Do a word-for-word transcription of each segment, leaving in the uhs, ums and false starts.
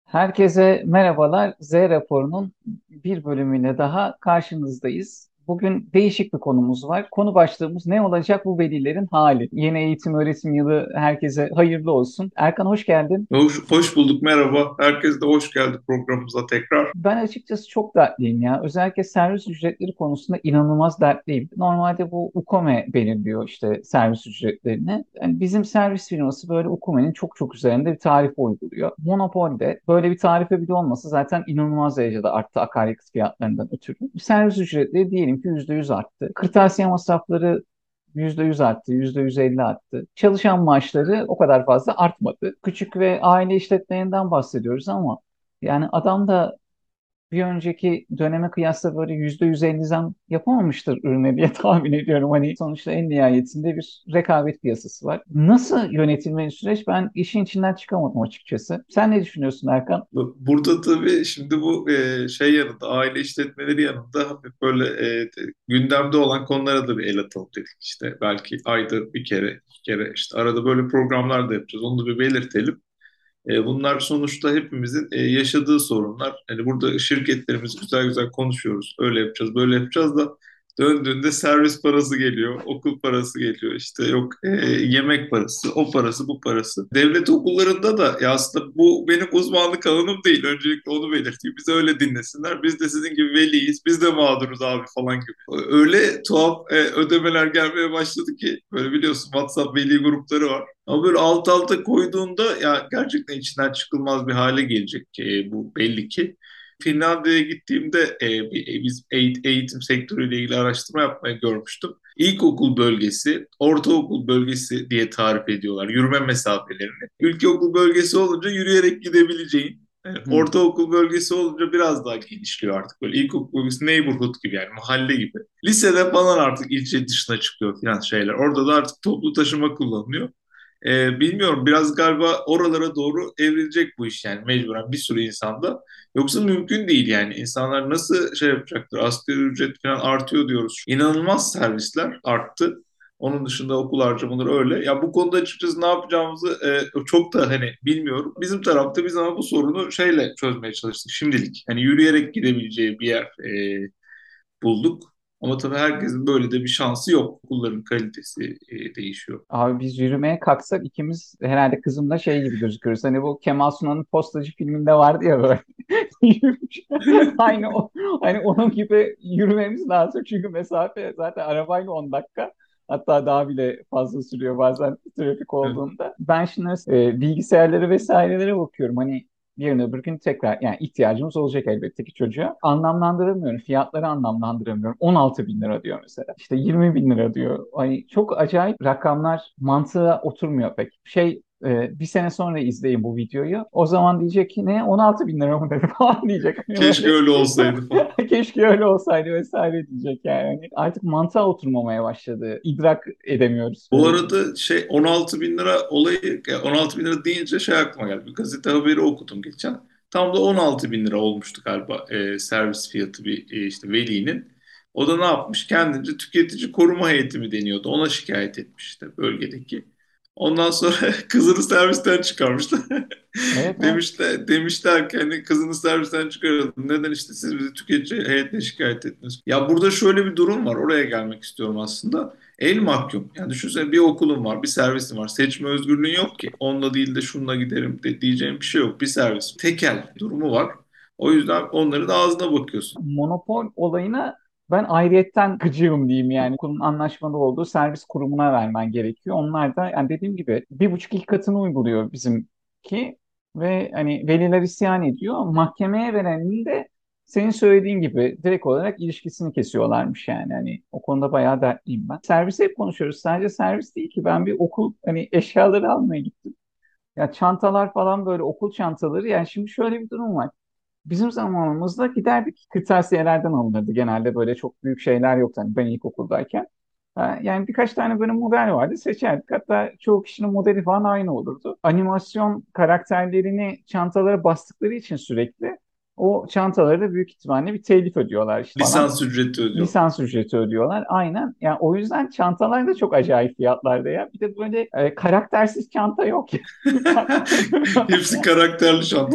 Herkese merhabalar. Z raporunun bir bölümüyle daha karşınızdayız. Bugün değişik bir konumuz var. Konu başlığımız ne olacak bu velilerin hali? Yeni eğitim öğretim yılı herkese hayırlı olsun. Erkan hoş geldin. Hoş, hoş bulduk, merhaba. Herkes de hoş geldi programımıza tekrar. Ben açıkçası çok dertliyim ya. Özellikle servis ücretleri konusunda inanılmaz dertliyim. Normalde bu UKOME belirliyor işte servis ücretlerini. Yani bizim servis firması böyle UKOME'nin çok çok üzerinde bir tarife uyguluyor. Monopol'de böyle bir tarife bile olması zaten inanılmaz derecede arttı akaryakıt fiyatlarından ötürü. Servis ücretleri diyelim ki yüzde yüz arttı. Kırtasiye masrafları yüzde yüz arttı, yüzde yüz elli arttı. Çalışan maaşları o kadar fazla artmadı. Küçük ve aile işletmelerinden bahsediyoruz ama yani adam da bir önceki döneme kıyasla böyle yüzde yüz elli zam yapamamıştır ürüne diye tahmin ediyorum. Hani sonuçta en nihayetinde bir rekabet piyasası var. Nasıl yönetilmeli süreç? Ben işin içinden çıkamadım açıkçası. Sen ne düşünüyorsun Erkan? Bu- Burada tabii şimdi bu e, şey yanında, aile işletmeleri yanında hafif böyle e, de- gündemde olan konulara da bir el atalım dedik. İşte belki ayda bir kere, iki kere işte arada böyle programlar da yapacağız. Onu da bir belirtelim. E, bunlar sonuçta hepimizin e, yaşadığı sorunlar. Hani burada şirketlerimiz güzel güzel konuşuyoruz. Öyle yapacağız, böyle yapacağız da döndüğünde servis parası geliyor, okul parası geliyor, işte yok e, yemek parası, o parası, bu parası. Devlet okullarında da ya aslında bu benim uzmanlık alanım değil. Öncelikle onu belirteyim. Bizi öyle dinlesinler. Biz de sizin gibi veliyiz. Biz de mağduruz abi falan gibi. Öyle tuhaf e, ödemeler gelmeye başladı ki böyle biliyorsun WhatsApp veli grupları var. Ama böyle alt alta koyduğunda ya gerçekten içinden çıkılmaz bir hale gelecek ki e, bu belli ki. Finlandiya'ya gittiğimde e, bir, e, biz eğit- eğitim sektörüyle ilgili araştırma yapmaya görmüştüm. İlkokul bölgesi, ortaokul bölgesi diye tarif ediyorlar yürüme mesafelerini. İlkokul bölgesi olunca yürüyerek gidebileceğin, e, Hmm. ortaokul bölgesi olunca biraz daha genişliyor artık. Böyle ilkokul bölgesi neighborhood gibi yani mahalle gibi. Lisede falan artık ilçe dışına çıkıyor falan şeyler. Orada da artık toplu taşıma kullanılıyor. Ee, bilmiyorum biraz galiba oralara doğru evrilecek bu iş yani mecburen bir sürü insanda. Yoksa mümkün değil yani insanlar nasıl şey yapacaktır? Asgari ücret falan artıyor diyoruz. İnanılmaz servisler arttı. Onun dışında okul harcamaları öyle. Ya bu konuda açıkçası ne yapacağımızı e, çok da hani bilmiyorum. Bizim tarafta biz ama bu sorunu şeyle çözmeye çalıştık şimdilik. Hani yürüyerek gidebileceği bir yer e, bulduk. Ama tabii herkesin böyle de bir şansı yok. Okulların kalitesi e, değişiyor. Abi biz yürümeye kalksak ikimiz herhalde kızımla şey gibi gözüküyoruz. Hani bu Kemal Sunal'ın Postacı filminde vardı ya böyle. Yürümüş. Aynı o, hani onun gibi yürümemiz lazım. Çünkü mesafe zaten arabayla on dakika. Hatta daha bile fazla sürüyor bazen trafik olduğunda. Ben şimdi e, bilgisayarları vesairelere bakıyorum. Hani yarın öbür gün tekrar yani ihtiyacımız olacak elbette ki çocuğa. Anlamlandıramıyorum. Fiyatları anlamlandıramıyorum. on altı bin lira diyor mesela. İşte yirmi bin lira diyor. Ay, çok acayip rakamlar mantığa oturmuyor pek. Şey e, bir sene sonra izleyin bu videoyu. O zaman diyecek ki ne on altı bin lira mı dedi falan diyecek. Hani Keşke böyle öyle olsaydı falan. keşke öyle olsaydı vesaire diyecek yani. Hani artık mantığa oturmamaya başladı. İdrak edemiyoruz Bu böyle. arada şey on altı bin lira olayı ya on altı bin lira deyince şey aklıma geldi. Bir gazete haberi okudum geçen. Tam da on altı bin lira olmuştu galiba e, servis fiyatı bir e, işte velinin. O da ne yapmış? Kendince tüketici koruma heyeti mi deniyordu? Ona şikayet etmiş işte bölgedeki. Ondan sonra kızını servisten çıkarmışlar. Evet, evet. Demişler, demişler ki hani kızını servisten çıkaralım. Neden işte siz bizi tüketici heyetine şikayet ettiniz? Ya burada şöyle bir durum var. Oraya gelmek istiyorum aslında. El mahkum. Yani düşünsene bir okulun var, bir servisin var. Seçme özgürlüğün yok ki. Onunla değil de şununla giderim de diyeceğim bir şey yok. Bir servis. Tekel durumu var. O yüzden onların ağzına bakıyorsun. Monopol olayına ben ayrıyetten gıcığım diyeyim yani. Okulun anlaşmalı olduğu servis kurumuna vermen gerekiyor. Onlar da yani dediğim gibi bir buçuk iki katını uyguluyor bizimki ve hani veliler isyan ediyor. Mahkemeye verenin de senin söylediğin gibi direkt olarak ilişkisini kesiyorlarmış yani. Hani o konuda bayağı dertliyim ben. Servis hep konuşuyoruz. Sadece servis değil ki. Ben bir okul hani eşyaları almaya gittim. Ya çantalar falan böyle okul çantaları. Yani şimdi şöyle bir durum var. Bizim zamanımızda giderdik kırtasiyelerden alınırdı. Genelde böyle çok büyük şeyler yoktu hani ben ilkokuldayken. Ha, yani birkaç tane böyle model vardı seçerdik. Hatta çoğu kişinin modeli falan aynı olurdu. Animasyon karakterlerini çantalara bastıkları için sürekli o çantaları da büyük ihtimalle bir telif ödüyorlar işte falan. Lisans ücreti ödüyor. Lisans ücreti ödüyorlar. Aynen. Yani o yüzden çantalar da çok acayip fiyatlarda ya. Bir de böyle e, karaktersiz çanta yok. Hepsi karakterli şantalar.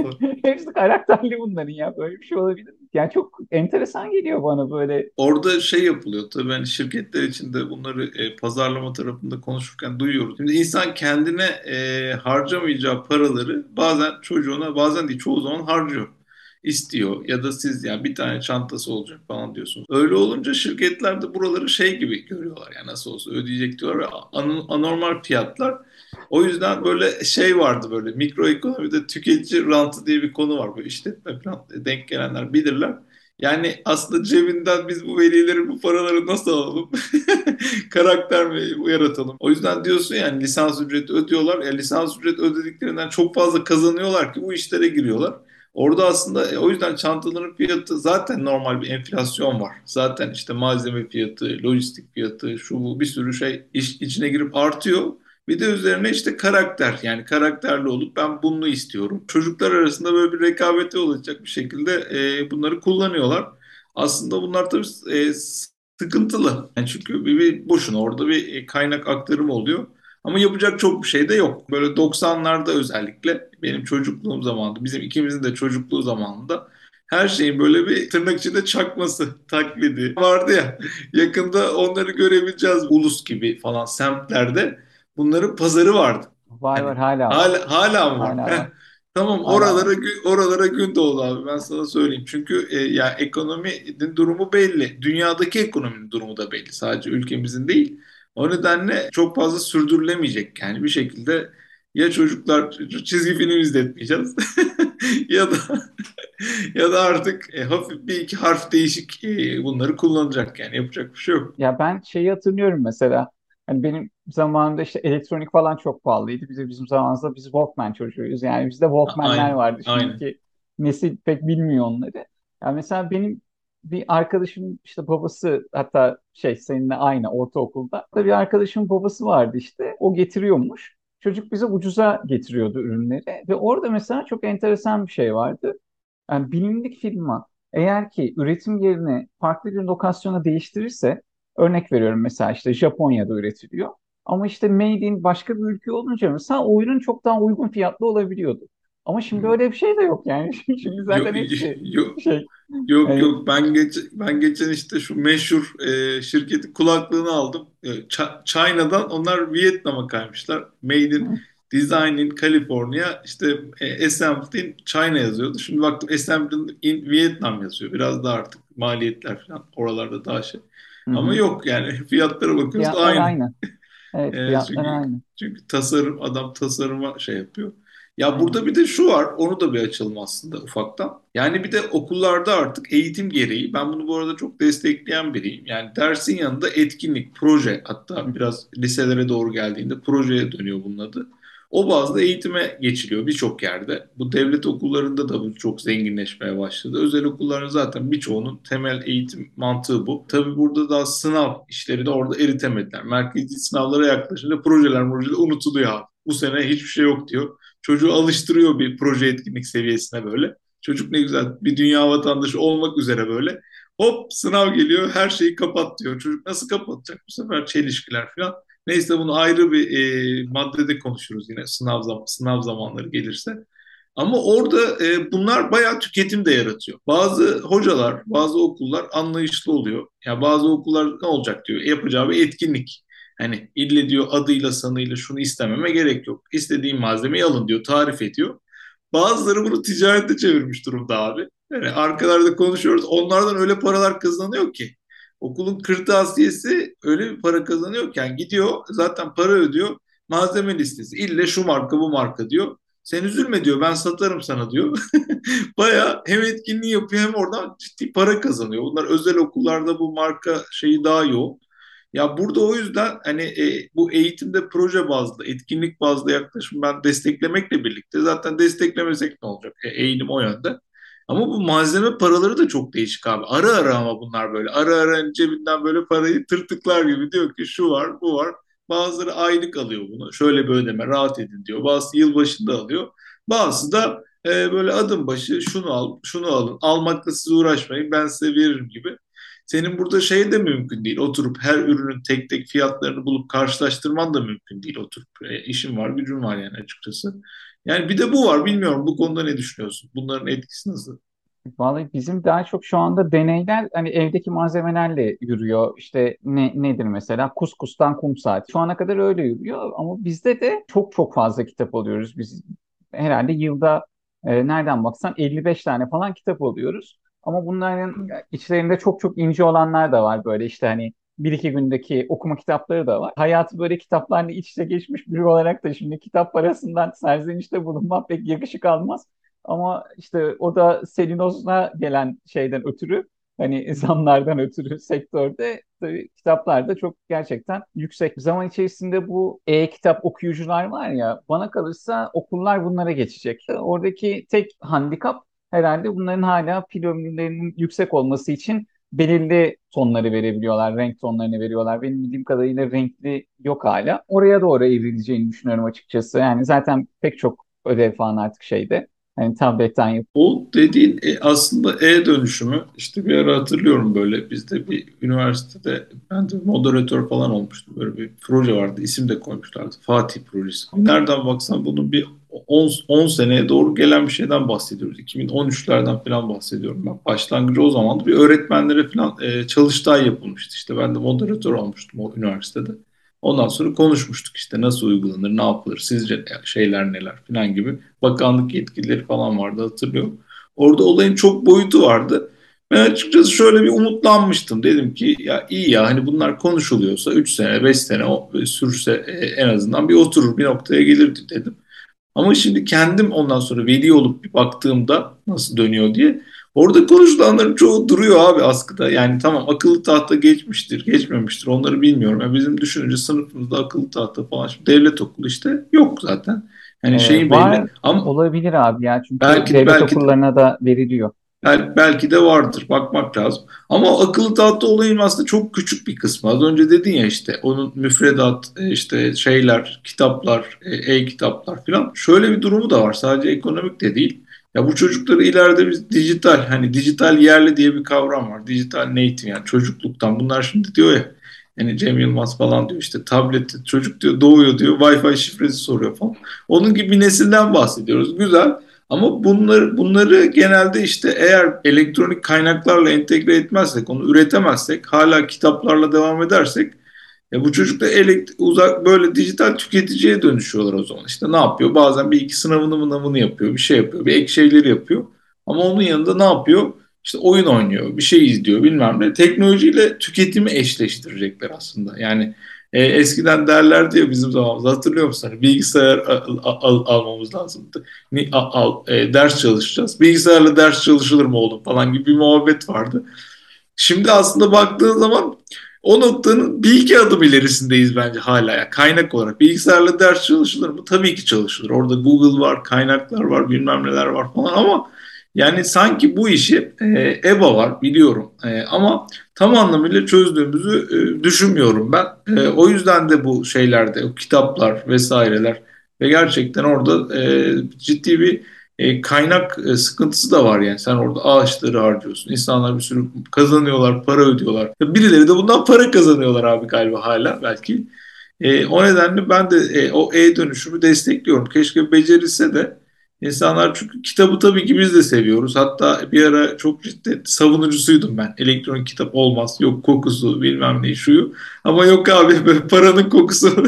Hepsi karakterli bunların ya. Böyle bir şey olabilir mi? Yani çok enteresan geliyor bana böyle. Orada şey yapılıyor tabii, hani şirketler içinde bunları e, pazarlama tarafında konuşurken duyuyoruz. Şimdi insan kendine e, harcamayacağı paraları bazen çocuğuna, bazen değil çoğu zaman harcıyor. İstiyor ya da siz yani bir tane çantası olacak falan diyorsunuz. Öyle olunca şirketler de buraları şey gibi görüyorlar, yani nasıl olsa ödeyecek diyorlar ve an- anormal fiyatlar. O yüzden böyle şey vardı, böyle mikroekonomide tüketici rantı diye bir konu var. Böyle işletme falan denk gelenler bilirler. Yani aslında cebinden biz bu velileri, bu paraları nasıl alalım? Karakter mi yaratalım? O yüzden diyorsun yani lisans ücreti ödüyorlar. Ya lisans ücreti ödediklerinden çok fazla kazanıyorlar ki bu işlere giriyorlar. Orada aslında e, o yüzden çantaların fiyatı, zaten normal bir enflasyon var. Zaten işte malzeme fiyatı, lojistik fiyatı, şu bu bir sürü şey iş içine girip artıyor. Bir de üzerine işte karakter, yani karakterli olup ben bunu istiyorum. Çocuklar arasında böyle bir rekabete olacak bir şekilde e, bunları kullanıyorlar. Aslında bunlar tabii e, sıkıntılı. Yani çünkü bir, bir boşuna orada bir e, kaynak aktarımı oluyor. Ama yapacak çok bir şey de yok. Böyle doksanlarda özellikle benim çocukluğum zamanında, bizim ikimizin de çocukluğu zamanında her şeyin böyle bir tırnak içinde çakması, taklidi vardı ya. Yakında onları görebileceğiz ulus gibi falan semtlerde. Bunların pazarı vardı. Var var, Hani hala var. hala hala mı var? Hala Heh. var. Tamam, Hala var. oralara gü- oralara gün doğdu abi, ben sana söyleyeyim. Çünkü e, ya ekonominin durumu belli. Dünyadaki ekonominin durumu da belli. Sadece ülkemizin değil. O nedenle çok fazla sürdürülemeyecek. Yani bir şekilde ya çocuklar çizgi film izletmeyeceğiz ya da ya da artık e, hafif bir iki harf değişik e, bunları kullanacak, yani yapacak bir şey yok. Ya ben şeyi hatırlıyorum mesela. Hani benim zamanımda işte elektronik falan çok pahalıydı. Biz de bizim zamanımızda biz Walkman çocuğuyuz. Yani bizde A- Walkman'ler Aynen, vardı. aynen. Şimdiki nesil pek bilmiyor onları. Yani mesela benim bir arkadaşım işte babası, hatta şey seninle aynı ortaokulda da bir arkadaşımın babası vardı işte. O getiriyormuş. Çocuk bize ucuza getiriyordu ürünleri. Ve orada mesela çok enteresan bir şey vardı. Yani bilindik firma eğer ki üretim yerini farklı bir lokasyona değiştirirse, örnek veriyorum mesela işte Japonya'da üretiliyor. Ama işte made in başka bir ülke olunca mesela o ürün çok daha uygun fiyatlı olabiliyordu. Ama şimdi öyle bir şey de yok yani. Şimdi Yok, zaten hepsi yok, şey, yok, yani, yok. Ben geç, ben geçen işte şu meşhur e, şirketin kulaklığını aldım. E, Ç- China'dan onlar Vietnam'a kaymışlar. Made in Design in California, işte e, Assembled in China yazıyordu. Şimdi baktım Assembled in Vietnam yazıyor. Biraz da artık maliyetler falan oralarda daha şey. hı Ama hı. yok, yani fiyatlara bakıyoruz Fiyatlar aynı. aynı. Evet, E, fiyatlar çünkü aynı. çünkü tasarım, adam tasarıma şey yapıyor. Ya Aynen. burada bir de şu var, onu da bir açalım aslında ufaktan. Yani bir de okullarda artık eğitim gereği, ben bunu bu arada çok destekleyen biriyim. Yani dersin yanında etkinlik, proje, Hı hatta hı. biraz liselere doğru geldiğinde projeye dönüyor bunun adı. O bazda eğitime geçiliyor birçok yerde. Bu devlet okullarında da bu çok zenginleşmeye başladı. Özel okulların zaten birçoğunun temel eğitim mantığı bu. Tabii burada da sınav işleri de orada eritemediler. Merkezi sınavlara yaklaşınca projeler projeler unutuluyor abi. Bu sene hiçbir şey yok diyor. Çocuğu alıştırıyor bir proje etkinlik seviyesine böyle. Çocuk ne güzel bir dünya vatandaşı olmak üzere böyle. Hop, sınav geliyor, her şeyi kapat diyor. Çocuk nasıl kapatacak bu sefer, çelişkiler falan. Neyse, bunu ayrı bir e, maddede konuşuruz yine, sınav, zam sınav zamanları gelirse. Ama orada e, bunlar bayağı tüketim de yaratıyor. Bazı hocalar, bazı okullar anlayışlı oluyor. Ya yani bazı okullar ne olacak diyor, yapacağı bir etkinlik. Hani ille diyor adıyla sanıyla şunu istememe gerek yok. İstediğin malzemeyi alın diyor, tarif ediyor. Bazıları bunu ticarete çevirmiş durumda abi. Yani arkalarda konuşuyoruz. Onlardan öyle paralar kazanıyor ki. Okulun kırtasiyesi öyle bir para kazanıyor ki. Yani gidiyor zaten para ödüyor. Malzeme listesi. İlle şu marka bu marka diyor. Sen üzülme diyor, ben satarım sana diyor. Baya hem etkinliği yapıyor hem oradan ciddi para kazanıyor. Bunlar özel okullarda bu marka şeyi daha yoğun. Ya burada o yüzden hani e, bu eğitimde proje bazlı, etkinlik bazlı yaklaşım ben desteklemekle birlikte, zaten desteklemesek ne olacak? E, eğilim o yönde. Ama bu malzeme paraları da çok değişik abi. Ara ara, ama bunlar böyle. Ara ara cebinden böyle parayı tırtıklar gibi diyor ki şu var, bu var. Bazıları aylık alıyor bunu. Şöyle bir ödeme, rahat edin diyor. Bazısı yılbaşında alıyor. Bazısı da e, böyle adım başı şunu al, şunu alın. Almakla siz uğraşmayın, ben size veririm gibi. Senin burada şey de mümkün değil. Oturup her ürünün tek tek fiyatlarını bulup karşılaştırman da mümkün değil. Oturup e, işin var, gücün var yani açıkçası. Yani bir de bu var. Bilmiyorum bu konuda ne düşünüyorsun? Bunların etkisi nasıl? Vallahi bizim daha çok şu anda deneyler hani evdeki malzemelerle yürüyor. İşte ne, nedir mesela? Kuskustan kum saati. Şu ana kadar öyle yürüyor ama bizde de çok çok fazla kitap alıyoruz. Biz herhalde yılda e, nereden baksan elli beş tane falan kitap alıyoruz. Ama bunların içlerinde çok çok ince olanlar da var. Böyle işte hani bir iki gündeki okuma kitapları da var. Hayatı böyle kitaplarla iç içe geçmiş biri olarak da şimdi kitap parasından serzenişte bulunmak pek yakışık almaz. Ama işte o da Selinoz'una gelen şeyden ötürü hani zamlardan ötürü sektörde tabii kitaplar da çok gerçekten yüksek. Zaman içerisinde bu e-kitap okuyucular var ya bana kalırsa okullar bunlara geçecek. Oradaki tek handikap herhalde bunların hala pil ömürlerinin yüksek olması için belirli tonları verebiliyorlar, renk tonlarını veriyorlar. Benim bildiğim kadarıyla renkli yok hala. Oraya doğru evrileceğini düşünüyorum açıkçası. Yani zaten pek çok ödev falan artık şeyde. Hani tabletten yap. O dediğin e, aslında e-dönüşümü işte bir ara hatırlıyorum böyle bizde bir üniversitede ben de moderatör falan olmuştum. Böyle bir proje vardı isim de koymuşlardı Fatih Projesi. Nereden baksan bunun bir on on seneye doğru gelen bir şeyden bahsediyoruz. iki bin on üçlerden falan bahsediyorum ben. Başlangıcı o zaman bir öğretmenlere falan e, çalıştay yapılmıştı. İşte ben de moderatör olmuştum o üniversitede. Ondan sonra konuşmuştuk işte nasıl uygulanır, ne yapılır, sizce şeyler neler falan gibi. Bakanlık yetkilileri falan vardı hatırlıyorum. Orada olayın çok boyutu vardı. Ben açıkçası şöyle bir umutlanmıştım. Dedim ki ya iyi ya hani bunlar konuşuluyorsa üç sene beş sene o- sürse e, en azından bir oturur bir noktaya gelir dedim. Ama şimdi kendim ondan sonra veli olup bir baktığımda nasıl dönüyor diye orada konuşulanların çoğu duruyor abi askıda. Yani tamam akıllı tahta geçmiştir, geçmemiştir onları bilmiyorum. Yani bizim düşününce sınıfımızda akıllı tahta falan şimdi devlet okulu işte yok zaten. Yani Ee, şeyin belli var ama olabilir abi ya çünkü belki devlet belki okullarına da veriliyor. Bel- belki de vardır. Bakmak lazım. Ama o akıllı tahta olayın aslında çok küçük bir kısmı. Az önce dedin ya işte onun müfredat, e, işte şeyler, kitaplar, e, e-kitaplar falan. Şöyle bir durumu da var. Sadece ekonomik de değil. Ya bu çocukları ileride biz dijital, hani dijital yerli diye bir kavram var. Dijital native yani çocukluktan. Bunlar şimdi diyor ya yani Cem Yılmaz falan diyor işte tablette çocuk diyor doğuyor diyor Wi-Fi şifresi soruyor falan. Onun gibi bir nesilden bahsediyoruz. Güzel. Ama bunları, bunları genelde işte eğer elektronik kaynaklarla entegre etmezsek, onu üretemezsek, hala kitaplarla devam edersek, ya bu çocuk da elekt uzak böyle dijital tüketiciye dönüşüyorlar o zaman. İşte ne yapıyor? Bazen bir iki sınavını mınavını yapıyor, bir şey yapıyor, bir ek şeyleri yapıyor. Ama onun yanında ne yapıyor? İşte oyun oynuyor, bir şey izliyor, bilmem ne. Teknolojiyle tüketimi eşleştirecekler aslında. Yani e, eskiden derlerdi ya bizim zamanımızda hatırlıyor musun? Hani bilgisayar al, al- almamız lazımdı. Ni, al, al, e, ders çalışacağız. Bilgisayarla ders çalışılır mı oğlum falan gibi bir muhabbet vardı. Şimdi aslında baktığın zaman o noktanın bir iki adım ilerisindeyiz bence hala. Yani kaynak olarak. Bilgisayarla ders çalışılır mı? Tabii ki çalışılır. Orada Google var, kaynaklar var, bilmem neler var falan ama yani sanki bu işi e, EBA var biliyorum. E, ama tam anlamıyla çözdüğümüzü e, düşünmüyorum ben. E, o yüzden de bu şeylerde, o kitaplar vesaireler ve gerçekten orada e, ciddi bir e, kaynak e, sıkıntısı da var yani. Sen orada ağaçları harcıyorsun. İnsanlar bir sürü kazanıyorlar, para ödüyorlar. Birileri de bundan para kazanıyorlar abi galiba hala belki. E, o nedenle ben de e, o e-dönüşümü destekliyorum. Keşke becerilse de insanlar çünkü kitabı tabii ki biz de seviyoruz. Hatta bir ara çok ciddi savunucusuydum ben. Elektronik kitap olmaz. Yok kokusu bilmem ne şuyu. Ama yok abi böyle paranın kokusu.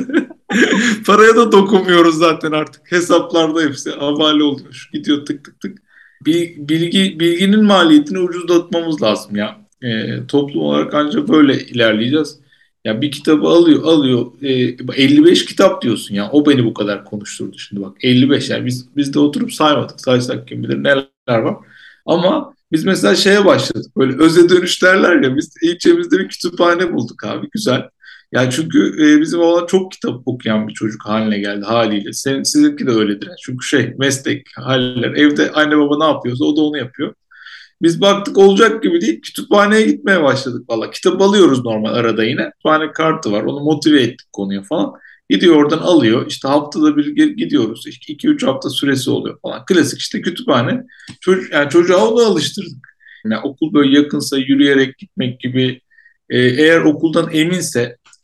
Paraya da dokunmuyoruz zaten artık. Hesaplarda hepsi havale oluyor. Gidiyor tık tık tık. Bil- Bilgi, bilginin maliyetini ucuzlatmamız lazım ya. E, toplum olarak ancak böyle ilerleyeceğiz. Ya bir kitabı alıyor, alıyor. E, elli beş kitap diyorsun ya. O beni bu kadar konuşturdu şimdi bak. elli beş yani biz biz de oturup saymadık. Saysak kim bilir neler var. Ama biz mesela şeye başladık. Böyle öze dönüş derler ya. Biz ilçemizde bir kütüphane bulduk abi. Güzel. Yani çünkü e, bizim oğlan çok kitap okuyan bir çocuk haline geldi haliyle. Senin, sizinki de öyledir. Çünkü şey meslek haller. Evde anne baba ne yapıyorsa o da onu yapıyor. Biz baktık olacak gibi değil. Kütüphaneye gitmeye başladık valla. Kitap alıyoruz normal arada yine. Kütüphane kartı var. Onu motive ettik konuya falan. Gidiyor oradan alıyor. İşte haftada bir gidiyoruz. iki üç hafta süresi oluyor falan. Klasik işte kütüphane. Çocuk, yani çocuğa onu alıştırdık. Yani okul böyle yakınsa yürüyerek gitmek gibi. Ee, eğer okuldan eminse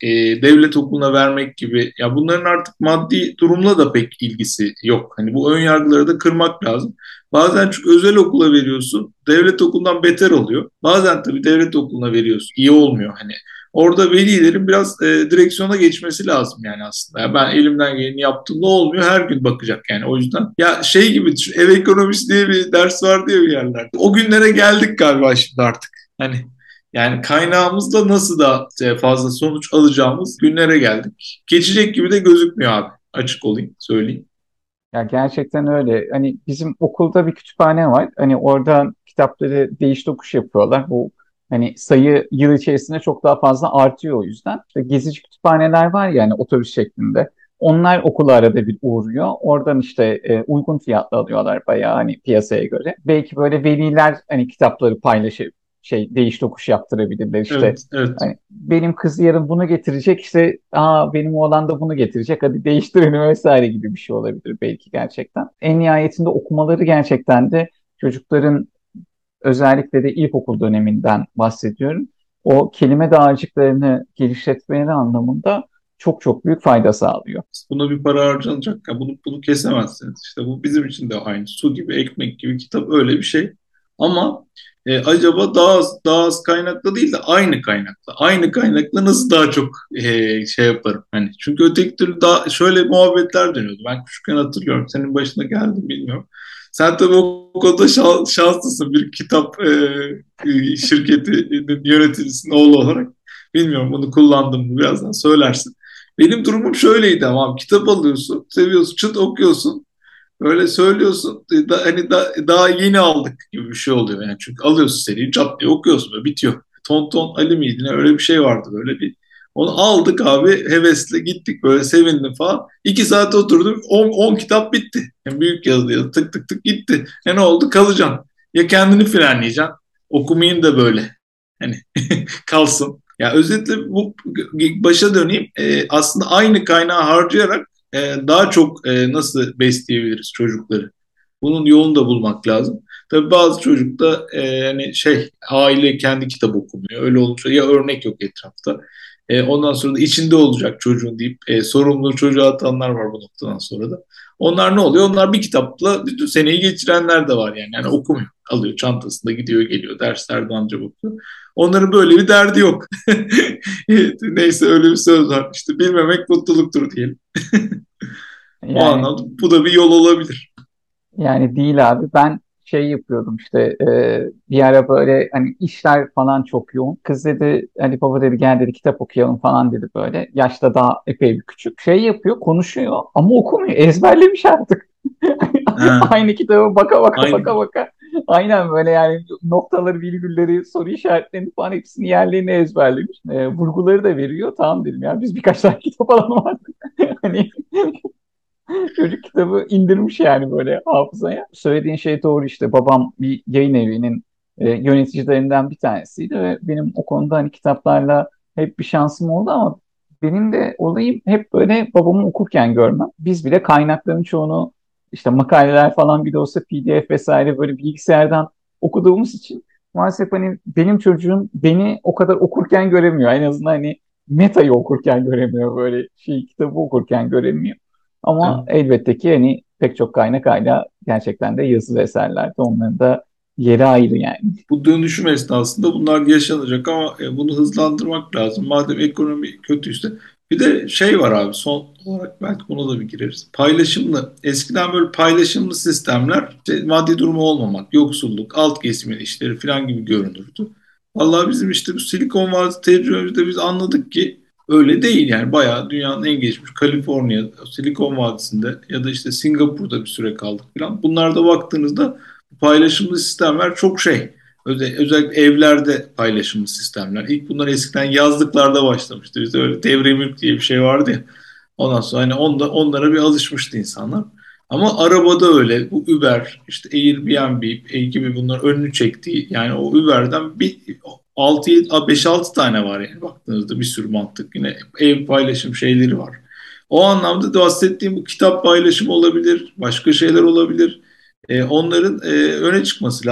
e, devlet okuluna vermek gibi, ya bunların artık maddi durumla da pek ilgisi yok. Hani bu ön yargıları da kırmak lazım. Bazen çünkü özel okula veriyorsun, devlet okulundan beter oluyor. Bazen tabii devlet okuluna veriyorsun, iyi olmuyor hani. Orada velilerin biraz e, direksiyona geçmesi lazım yani aslında. Ya ben elimden geleni yaptım, ne olmuyor, her gün bakacak yani, o yüzden. Ya şey gibi düşün, ev ekonomisi diye bir ders var diye bir yerlerde. O günlere geldik galiba şimdi artık. Hani yani kaynağımızda nasıl da e, fazla sonuç alacağımız günlere geldik. Geçecek gibi de gözükmüyor abi. Açık olayım, söyleyeyim. Ya gerçekten öyle. Hani bizim okulda bir kütüphane var. Hani oradan kitapları değiş tokuş yapıyorlar. Bu hani sayı yıl içerisinde çok daha fazla artıyor o yüzden. İşte gezici kütüphaneler var ya hani otobüs şeklinde. Onlar okula arada bir uğruyor. Oradan işte e, uygun fiyatla alıyorlar bayağı hani piyasaya göre. Belki böyle veliler hani kitapları paylaşıp şey değiş tokuş yaptırabilirler işte. Evet, evet. Hani benim kız yarın bunu getirecek işte aa benim oğlan da bunu getirecek hadi değiştirelim vesaire gibi bir şey olabilir belki gerçekten. En nihayetinde okumaları gerçekten de çocukların özellikle de ilkokul döneminden bahsediyorum. O kelime dağarcıklarını geliştirmeleri anlamında çok çok büyük fayda sağlıyor. Buna bir para harcanacak. Ya bunu, bunu kesemezsiniz. İşte bu bizim için de aynı. Su gibi, ekmek gibi, kitap öyle bir şey. Ama e, acaba daha az, daha az kaynakla değil de aynı kaynakla. Aynı kaynakla nasıl daha çok e, şey yaparım? Hani çünkü öteki türlü daha şöyle muhabbetler dönüyordu. Ben küçükken hatırlıyorum. Senin başına geldi mi bilmiyorum. Sen tabii o konuda şans, şanslısın. Bir kitap e, e, şirketinin yöneticisinin oğlu olarak. Bilmiyorum bunu kullandım mı, birazdan söylersin. Benim durumum şöyleydi ama kitap alıyorsun, seviyorsun, çıt okuyorsun. Böyle söylüyorsun, e, da, hani da, daha yeni aldık gibi bir şey oluyor yani. Çünkü alıyorsun seriyi, çat diye okuyorsun ve bitiyor. Tonton Ali miydi ne, öyle bir şey vardı böyle bir. Onu aldık abi, hevesle gittik, böyle sevindim falan. İki saat oturdum, on, on kitap bitti. Yani büyük yazılı tık tık tık gitti. E ne oldu, kalacaksın. Ya kendini frenleyeceksin. Okumayın da böyle. Hani kalsın. Ya özetle bu, başa döneyim. Ee, aslında aynı kaynağı harcayarak e, daha çok e, nasıl besleyebiliriz çocukları? Bunun yolunu da bulmak lazım. Tabii bazı çocukta e, hani şey, aile kendi kitap okumuyor. Öyle olunca ya örnek yok etrafta. E, ondan sonra da içinde olacak çocuğun deyip e, sorumluluğu çocuğa atanlar var bu noktadan sonra da. Onlar ne oluyor? Onlar bir kitapla bütün seneyi geçirenler de var yani. Yani okumuyor. Alıyor çantasında, gidiyor geliyor. Derslerde anca bakıyor. Onların böyle bir derdi yok. Neyse, öyle bir söz var. İşte bilmemek mutluluktur diyelim. O Yani anlamda bu da bir yol olabilir. Yani değil abi. Ben şey yapıyordum işte e, bir ara böyle hani işler falan çok yoğun. Kız dedi hani baba dedi gel dedi kitap okuyalım falan dedi böyle. Yaşta daha epey bir küçük. Şey yapıyor konuşuyor ama okumuyor. Ezberlemiş artık. Ha, Aynı kitaba baka baka baka aynı. baka. Aynen böyle yani noktaları, virgülleri, soru işaretlerini falan hepsini yerlerini ezberlemiş. E, vurguları da veriyor. Tamam dedim ya biz birkaç tane kitap alalım artık. Hani çocuk kitabı indirmiş yani böyle hafızaya. Söylediğin şey doğru işte. Babam bir yayın evinin e, yöneticilerinden bir tanesiydi ve benim o konuda hani kitaplarla hep bir şansım oldu ama benim de olayım hep böyle babamı okurken görmem. Biz bile kaynakların çoğunu işte makaleler falan bile olsa P D F vesaire böyle bilgisayardan okuduğumuz için maalesef hani benim çocuğum beni o kadar okurken göremiyor. En azından hani metayı okurken göremiyor böyle şey kitabı okurken göremiyor. Ama elbette ki hani pek çok kaynak hala gerçekten de yazılı eserlerde onların da yeri ayrı yani. Bu dönüşüm esnasında bunlar yaşanacak ama e, bunu hızlandırmak lazım. Madem ekonomi kötüyse. Bir de şey var abi, son olarak belki buna da bir gireriz. Paylaşımlı. Eskiden böyle paylaşımlı sistemler işte maddi durumu olmamak, yoksulluk, alt kesimin işleri falan gibi görünürdü. Vallahi bizim işte bu Silikon Vadisi tecrübemizde biz anladık ki öyle değil yani. Bayağı dünyanın en gelişmiş Kaliforniya, Silikon Vadisi'nde ya da işte Singapur'da bir süre kaldık falan. Bunlarda baktığınızda paylaşımlı sistemler çok şey. Özel, özellikle evlerde paylaşımlı sistemler. İlk bunlar eskiden yazlıklarda başlamıştı. Bizde öyle devre mülk diye bir şey vardı ya. Ondan sonra hani onda, onlara bir alışmıştı insanlar. Ama arabada öyle. Bu Uber, işte Airbnb gibi bunların önünü çektiği, yani o Uber'den bir altı beş altı tane var yani, baktığınızda bir sürü mantık. Yine ev paylaşım şeyleri var. O anlamda da bahsettiğim bu kitap paylaşımı olabilir, başka şeyler olabilir. E, onların e, öne çıkması lazım.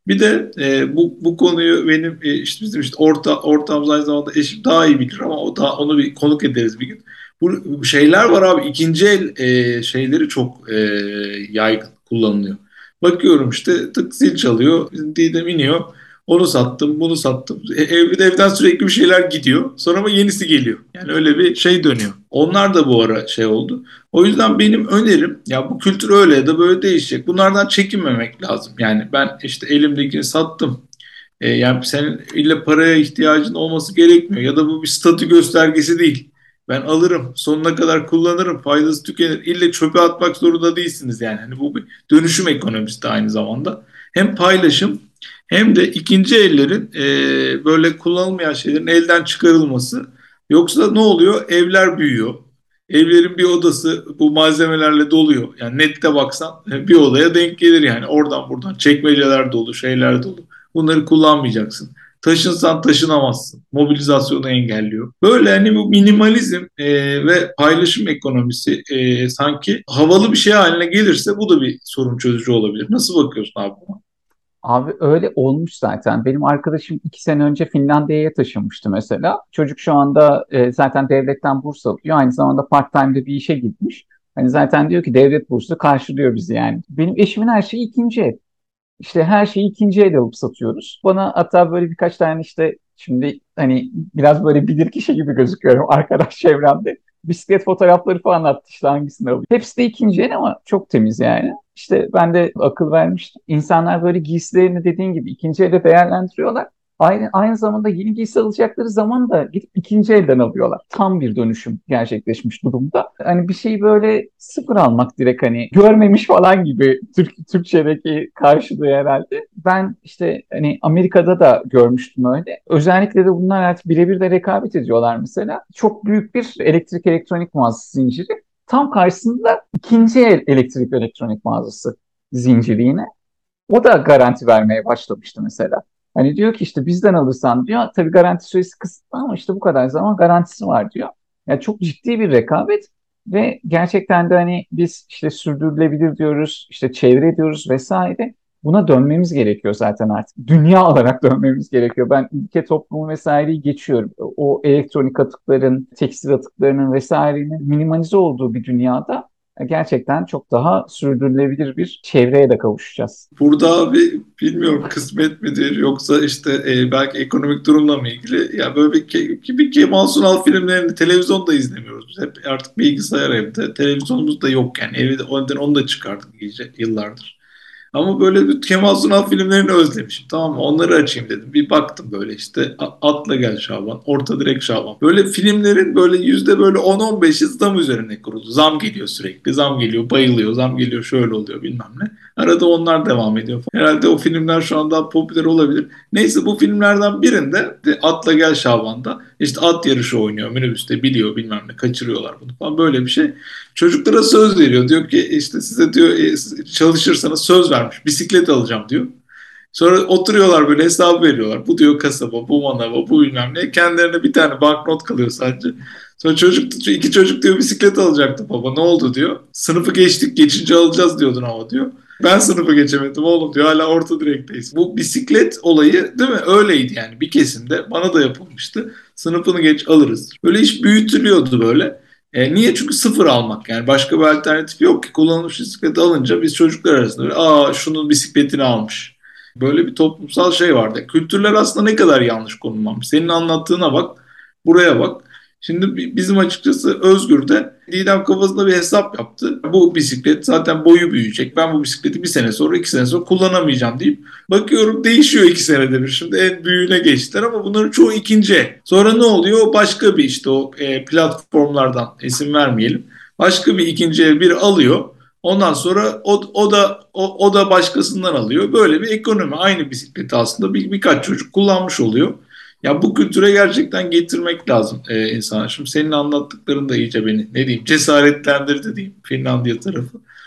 Bir de e, bu bu konuyu benim e, işte bizim işte orta ortağımız aynı zamanda eşim daha iyi bilir ama o da onu bir konuk ederiz bir gün. Bu şeyler var abi, ikinci el e, şeyleri çok e, yaygın kullanılıyor. Bakıyorum işte tık zil çalıyor, Didem iniyor. Onu sattım, bunu sattım. E, ev, evden sürekli bir şeyler gidiyor. Sonra ama yenisi geliyor. Yani öyle bir şey dönüyor. Onlar da bu ara şey oldu. O yüzden benim önerim, ya bu kültür öyle ya da böyle değişecek. Bunlardan çekinmemek lazım. Yani ben işte elimdekini sattım. E, yani senin illa paraya ihtiyacın olması gerekmiyor. Ya da bu bir statü göstergesi değil. Ben alırım, sonuna kadar kullanırım, faydası tükenir. İlle çöpe atmak zorunda değilsiniz yani. Hani bu bir dönüşüm ekonomisi de aynı zamanda. Hem paylaşım hem de ikinci ellerin e, böyle kullanılmayan şeylerin elden çıkarılması. Yoksa ne oluyor? Evler büyüyor. Evlerin bir odası bu malzemelerle doluyor. Yani nette baksan e, bir odaya denk gelir yani. Oradan buradan çekmeceler dolu, şeyler dolu. Bunları kullanmayacaksın. Taşınsan taşınamazsın. Mobilizasyonu engelliyor. Böyle hani bu minimalizm e, ve paylaşım ekonomisi e, sanki havalı bir şey haline gelirse bu da bir sorun çözücü olabilir. Nasıl bakıyorsun abi buna? Abi öyle olmuş zaten. Benim arkadaşım iki sene önce Finlandiya'ya taşınmıştı mesela. Çocuk şu anda e, zaten devletten burs alıyor. Aynı zamanda part-time'de bir işe gitmiş. Hani zaten diyor ki devlet bursu karşılıyor bizi yani. Benim eşimin her şeyi ikinci el. İşte her şeyi ikinci el alıp satıyoruz. Bana hatta böyle birkaç tane işte şimdi hani biraz böyle bilirkişi gibi gözüküyorum arkadaş çevremde. Bisiklet fotoğrafları falan attı işte hangisini alayım. Hepsi de ikinci el ama çok temiz yani. İşte ben de akıl vermiştim. İnsanlar böyle giysilerini dediğin gibi ikinci elde değerlendiriyorlar. Aynı, aynı zamanda yeni giysi alacakları zaman da gidip ikinci elden alıyorlar. Tam bir dönüşüm gerçekleşmiş durumda. Hani bir şeyi böyle sıfır almak direkt hani görmemiş falan gibi Türk, Türkçedeki karşılığı herhalde. Ben işte hani Amerika'da da görmüştüm öyle. Özellikle de bunlar artık birebir de rekabet ediyorlar mesela. Çok büyük bir elektrik elektronik mağazası zinciri. Tam karşısında ikinci el elektrik elektronik mağazası zinciri yine. O da garanti vermeye başlamıştı mesela. Hani diyor ki işte bizden alırsan diyor tabii garanti süresi kısıtlı ama işte bu kadar zaman garantisi var diyor. Yani çok ciddi bir rekabet ve gerçekten de hani biz işte sürdürülebilir diyoruz, işte çevre diyoruz vesaire. Buna dönmemiz gerekiyor zaten artık. Dünya olarak dönmemiz gerekiyor. Ben ülke toplumu vesaireyi geçiyorum. O elektronik atıkların, tekstil atıklarının vesairenin minimalize olduğu bir dünyada gerçekten çok daha sürdürülebilir bir çevreye de kavuşacağız. Burada abi bilmiyorum, kısmet midir yoksa işte e, belki ekonomik durumla mı ilgili, ya böyle bir, Ke- bir Kemal Sunal filmlerini televizyonda izlemiyoruz. Biz hep artık bilgisayar evde, televizyonumuz da yok yani, evde ondan onu da çıkardık iyice yıllardır. Ama böyle bir Kemal Sunal filmlerini özlemişim. Tamam mı? Onları açayım dedim. Bir baktım böyle işte A- Atla Gel Şaban, Orta Direk Şaban. Böyle filmlerin böyle yüzde böyle on on beşi zam üzerine kuruldu. Zam geliyor sürekli. Zam geliyor, bayılıyor. Zam geliyor, şöyle oluyor bilmem ne. Arada onlar devam ediyor. Herhalde o filmler şu anda popüler olabilir. Neyse, bu filmlerden birinde de Atla Gel Şaban'da işte at yarışı oynuyor. Minibüste biliyor bilmem ne, kaçırıyorlar bunu falan, böyle bir şey. Çocuklara söz veriyor. Diyor ki işte size diyor e, çalışırsanız söz vermiş. Bisiklet alacağım diyor. Sonra oturuyorlar böyle hesap veriyorlar. Bu diyor kasaba, bu manava, bu bilmem ne. Kendilerine bir tane banknot kalıyor sadece. Sonra çocuk, iki çocuk diyor bisiklet alacaktı baba, ne oldu diyor. Sınıfı geçtik, geçince alacağız diyordun ama diyor. Ben sınıfı geçemedim oğlum diyor, hala orta direkteyiz. Bu bisiklet olayı değil mi? Öyleydi yani, bir kesimde bana da yapılmıştı. Sınıfını geç alırız. Böyle iş büyütülüyordu böyle. E, niye? Çünkü sıfır almak yani, başka bir alternatif yok ki. Kullanılmış bisikleti alınca biz çocuklar arasında böyle, aa şunun bisikletini almış. Böyle bir toplumsal şey vardı. Kültürler aslında ne kadar yanlış konumlanmış. Senin anlattığına bak, buraya bak. Şimdi bizim açıkçası Özgür de Didem kafasında bir hesap yaptı. Bu bisiklet zaten boyu büyüyecek. Ben bu bisikleti bir sene sonra, iki sene sonra kullanamayacağım deyip bakıyorum değişiyor iki senede bir. Şimdi en büyüğüne geçtiler ama bunların çoğu ikinci el. Sonra ne oluyor? Başka bir işte o e, platformlardan, isim vermeyelim. Başka bir ikinci el biri alıyor. Ondan sonra o, o da o, o da başkasından alıyor. Böyle bir ekonomi. Aynı bisikleti aslında bir, birkaç çocuk kullanmış oluyor. Ya bu kültüre gerçekten getirmek lazım e, insana. Şimdi senin anlattıkların da iyice beni ne diyeyim cesaretlendirdi diyeyim, Finlandiya tarafı.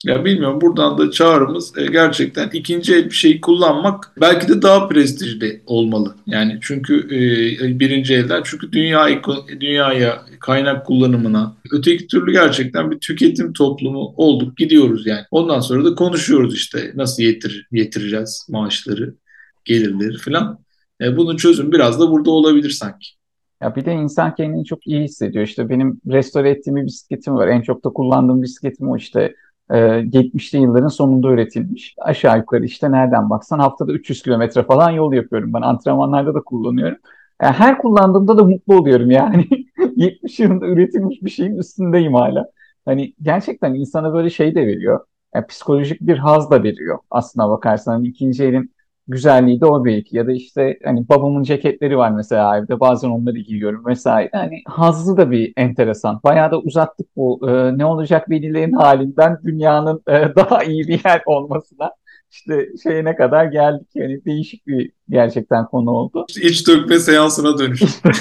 Ya bilmiyorum, buradan da çağrımız e, gerçekten ikinci el bir şeyi kullanmak belki de daha prestijli olmalı. Yani çünkü e, birinci elden, çünkü dünya eko- dünyaya, kaynak kullanımına, öteki türlü gerçekten bir tüketim toplumu olduk gidiyoruz yani. Ondan sonra da konuşuyoruz işte nasıl yetir, yetireceğiz maaşları, gelirleri falan. E, bunun çözümü biraz da burada olabilir sanki. Ya bir de insan kendini çok iyi hissediyor. İşte benim restore ettiğim bir bisikletim var. En çok da kullandığım bisikletim o işte. Ee, yetmişli yılların sonunda üretilmiş. Aşağı yukarı işte nereden baksan haftada üç yüz kilometre falan yol yapıyorum. Ben antrenmanlarda da kullanıyorum. Yani her kullandığımda da mutlu oluyorum yani. yetmiş yılında üretilmiş bir şeyin üstündeyim hala. Hani gerçekten insana böyle şey de veriyor. Yani psikolojik bir haz da veriyor aslına bakarsan. Hani ikinci elin güzelliği de o belki. Ya da işte hani babamın ceketleri var mesela evde. Bazen onları giyiyorum vesaire. Hani hazzı da bir enteresan. Bayağı da uzattık bu e, ne olacak velilerin halinden dünyanın e, daha iyi bir yer olmasına. İşte şeyine kadar geldik. Yani değişik bir gerçekten konu oldu. İşte iç dökme seansına dönüştü. İşte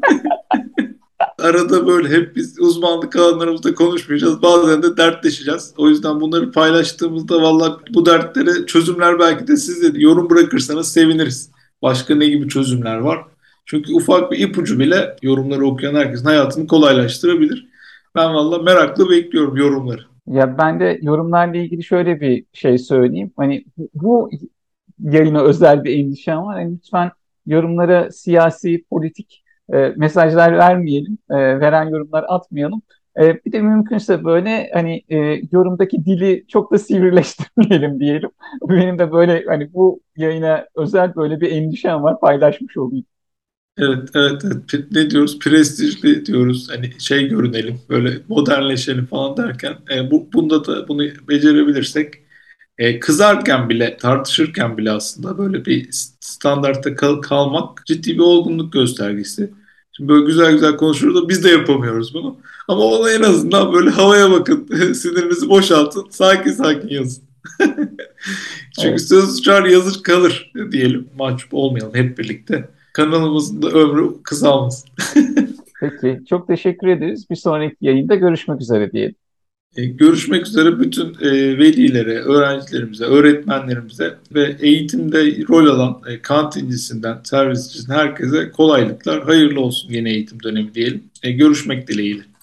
Arada böyle hep biz uzmanlık alanlarımızda konuşmayacağız. Bazen de dertleşeceğiz. O yüzden bunları paylaştığımızda valla bu dertlere çözümler belki de siz de yorum bırakırsanız seviniriz. Başka ne gibi çözümler var? Çünkü ufak bir ipucu bile yorumları okuyan herkesin hayatını kolaylaştırabilir. Ben valla merakla bekliyorum yorumları. ya ben de yorumlarla ilgili şöyle bir şey söyleyeyim. Hani bu, bu yayına özel bir endişem var. Yani lütfen yorumlara siyasi, politik e, mesajlar vermeyelim. E, veren yorumlar atmayalım. E, bir de mümkünse böyle hani e, yorumdaki dili çok da sivrileştirmeyelim diyelim. Benim de böyle hani bu yayına özel böyle bir endişem var. Paylaşmış olayım. Evet, evet, evet. P- Ne diyoruz? Prestijli diyoruz. Hani şey görünelim, böyle modernleşelim falan derken e, bu bunda da bunu becerebilirsek, e, kızarken bile, tartışırken bile aslında böyle bir standartta kal- kalmak ciddi bir olgunluk göstergesi. Şimdi böyle güzel güzel konuşuyoruz da biz de yapamıyoruz bunu. Ama ona en azından böyle havaya bakın, sinirinizi boşaltın, sakin sakin yazın. Çünkü Evet. söz uçar yazır kalır diyelim. Mahcup olmayalım hep birlikte. Kanalımızın da ömrü kısalmasın. Peki. Çok teşekkür ederiz. Bir sonraki yayında görüşmek üzere diyelim. E, Görüşmek üzere bütün e, velilere, öğrencilerimize, öğretmenlerimize ve eğitimde rol alan e, kantincisinden, servisçisinden herkese kolaylıklar, hayırlı olsun yeni eğitim dönemi diyelim. E, Görüşmek dileğiyle.